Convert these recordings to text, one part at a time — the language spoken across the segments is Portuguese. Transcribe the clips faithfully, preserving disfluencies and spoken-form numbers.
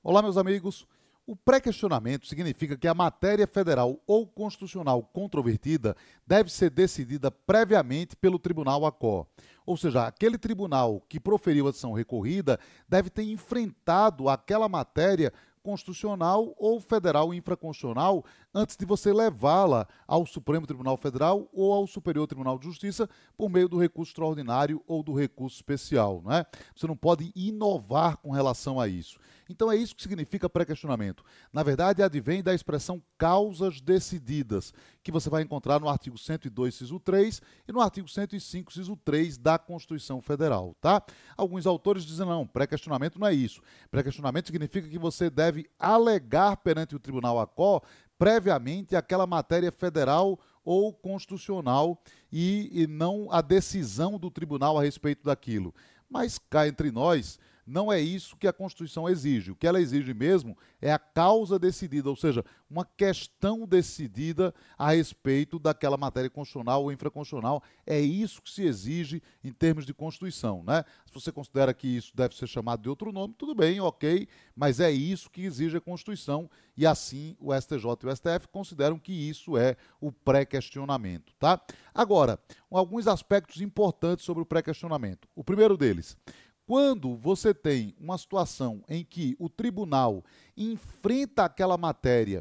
Olá, meus amigos. O pré-questionamento significa que a matéria federal ou constitucional controvertida deve ser decidida previamente pelo Tribunal A C O. Ou seja, aquele tribunal que proferiu a ação recorrida deve ter enfrentado aquela matéria constitucional ou federal infraconstitucional antes de você levá-la ao Supremo Tribunal Federal ou ao Superior Tribunal de Justiça por meio do recurso extraordinário ou do recurso especial, não é? Você não pode inovar com relação a isso. Então é isso que significa pré-questionamento. Na verdade, advém da expressão causas decididas, que você vai encontrar no artigo cento e dois, inciso três e no artigo cento e cinco, inciso três da Constituição Federal, tá? Alguns autores dizem, não, pré-questionamento não é isso. Pré-questionamento significa que você deve alegar perante o Tribunal A C O previamente aquela matéria federal ou constitucional e, e não a decisão do tribunal a respeito daquilo. Mas cá entre nós, não é isso que a Constituição exige. O que ela exige mesmo é a causa decidida, ou seja, uma questão decidida a respeito daquela matéria constitucional ou infraconstitucional. É isso que se exige em termos de Constituição, né? Se você considera que isso deve ser chamado de outro nome, tudo bem, ok, mas é isso que exige a Constituição e assim o S T J e o S T F consideram que isso é o pré-questionamento, tá? Agora, alguns aspectos importantes sobre o pré-questionamento. O primeiro deles, quando você tem uma situação em que o tribunal enfrenta aquela matéria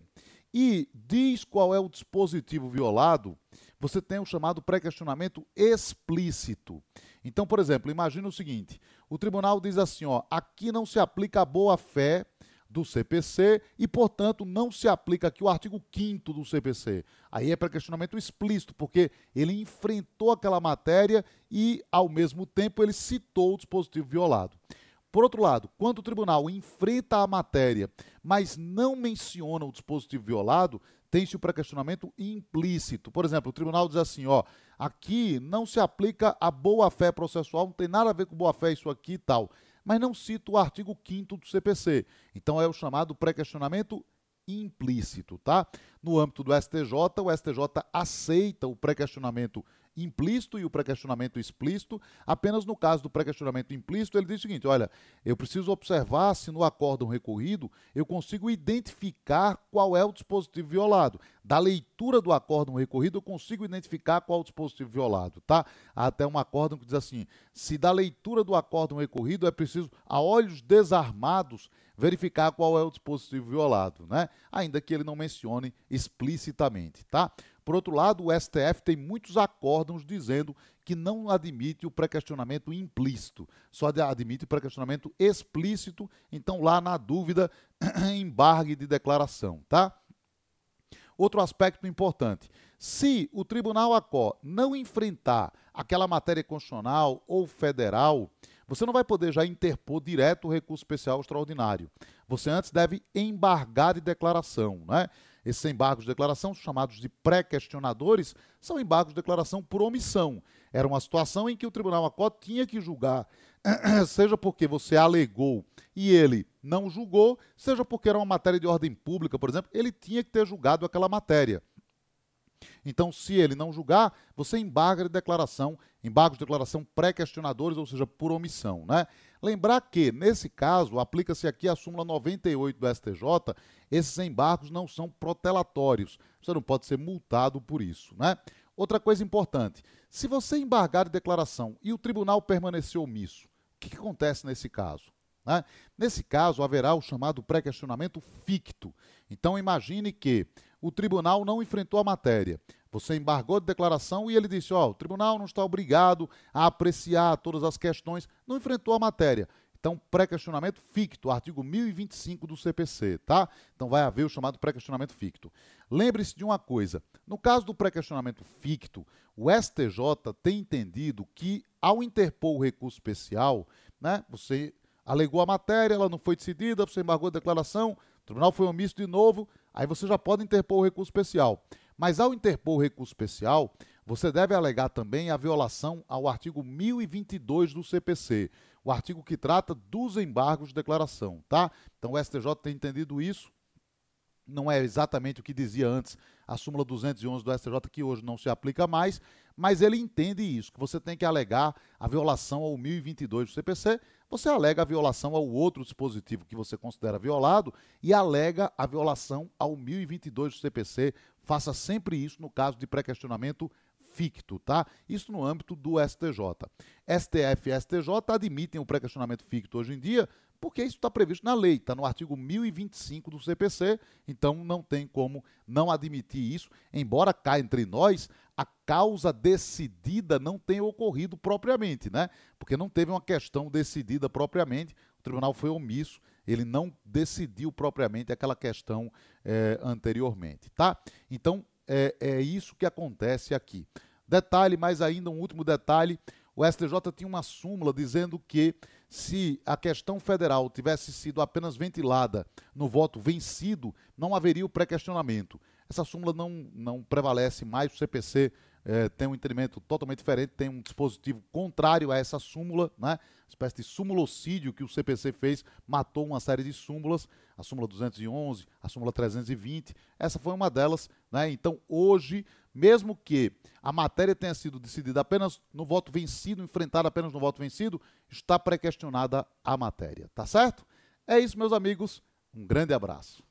e diz qual é o dispositivo violado, você tem o chamado pré-questionamento explícito. Então, por exemplo, imagine o seguinte, o tribunal diz assim, ó, aqui não se aplica a boa-fé do C P C e, portanto, não se aplica aqui o artigo quinto do C P C. Aí é pré-questionamento explícito, porque ele enfrentou aquela matéria e, ao mesmo tempo, ele citou o dispositivo violado. Por outro lado, quando o tribunal enfrenta a matéria, mas não menciona o dispositivo violado, tem-se o pré-questionamento implícito. Por exemplo, o tribunal diz assim, ó, aqui não se aplica a boa-fé processual, não tem nada a ver com boa-fé isso aqui e tal, mas não cita o artigo quinto do C P C. Então é o chamado pré-questionamento implícito, tá? No âmbito do S T J, o S T J aceita o pré-questionamento implícito e o pré-questionamento explícito. Apenas no caso do pré-questionamento implícito, ele diz o seguinte, olha, eu preciso observar se no acórdão recorrido eu consigo identificar qual é o dispositivo violado. Da leitura do acórdão recorrido, eu consigo identificar qual é o dispositivo violado, tá? Há até um acórdão que diz assim, se da leitura do acórdão recorrido é preciso, a olhos desarmados, verificar qual é o dispositivo violado, né? Ainda que ele não mencione explicitamente, tá? Por outro lado, o S T F tem muitos acórdãos dizendo que não admite o pré-questionamento implícito, só admite o pré-questionamento explícito, então lá na dúvida, embargue de declaração, tá? Outro aspecto importante, se o Tribunal A C O não enfrentar aquela matéria constitucional ou federal, você não vai poder já interpor direto o recurso especial extraordinário. Você antes deve embargar de declaração, né? Esses embargos de declaração, chamados de pré-questionadores, são embargos de declaração por omissão. Era uma situação em que o Tribunal A C O tinha que julgar, seja porque você alegou e ele não julgou, seja porque era uma matéria de ordem pública, por exemplo, ele tinha que ter julgado aquela matéria. Então, se ele não julgar, você embarga de declaração, embargos de declaração pré-questionadores, ou seja, por omissão, né? Lembrar que, nesse caso, aplica-se aqui a súmula noventa e oito do S T J, esses embargos não são protelatórios, você não pode ser multado por isso, né? Outra coisa importante, se você embargar de declaração e o tribunal permanecer omisso, o que, que acontece nesse caso? Né? Nesse caso, haverá o chamado pré-questionamento ficto. Então, imagine que o tribunal não enfrentou a matéria. Você embargou de declaração e ele disse, ó, o tribunal não está obrigado a apreciar todas as questões, não enfrentou a matéria. Então, pré-questionamento ficto, artigo mil e vinte e cinco do C P C, tá? Então, vai haver o chamado pré-questionamento ficto. Lembre-se de uma coisa, no caso do pré-questionamento ficto, o S T J tem entendido que, ao interpor o recurso especial, né, você alegou a matéria, ela não foi decidida, você embargou a declaração, o tribunal foi omisso de novo, aí você já pode interpor o recurso especial. Mas ao interpor o recurso especial, você deve alegar também a violação ao artigo mil e vinte e dois do C P C, o artigo que trata dos embargos de declaração, tá? Então o S T J tem entendido isso, não é exatamente o que dizia antes a súmula duzentos e onze do S T J, que hoje não se aplica mais, mas ele entende isso, que você tem que alegar a violação ao mil e vinte e dois do C P C, você alega a violação ao outro dispositivo que você considera violado e alega a violação ao mil e vinte e dois do C P C. Faça sempre isso no caso de pré-questionamento ficto, tá? Isso no âmbito do S T J. S T F e S T J admitem o pré-questionamento ficto hoje em dia porque isso está previsto na lei, está no artigo mil e vinte e cinco do C P C, então não tem como não admitir isso, embora cá entre nós a causa decidida não tenha ocorrido propriamente, né? Porque não teve uma questão decidida propriamente, o tribunal foi omisso, ele não decidiu propriamente aquela questão é, anteriormente, tá? Então, é, é isso que acontece aqui. Detalhe, mais ainda, um último detalhe, o S T J tinha uma súmula dizendo que se a questão federal tivesse sido apenas ventilada no voto vencido, não haveria o pré-questionamento. Essa súmula não, não prevalece mais, o C P C eh, tem um entendimento totalmente diferente, tem um dispositivo contrário a essa súmula, né? Uma espécie de sumulocídio que o C P C fez, matou uma série de súmulas, a súmula duzentos e onze, a súmula trezentos e vinte, essa foi uma delas, né? Então, hoje, mesmo que a matéria tenha sido decidida apenas no voto vencido, enfrentada apenas no voto vencido, está pré-questionada a matéria, tá certo? É isso, meus amigos, um grande abraço.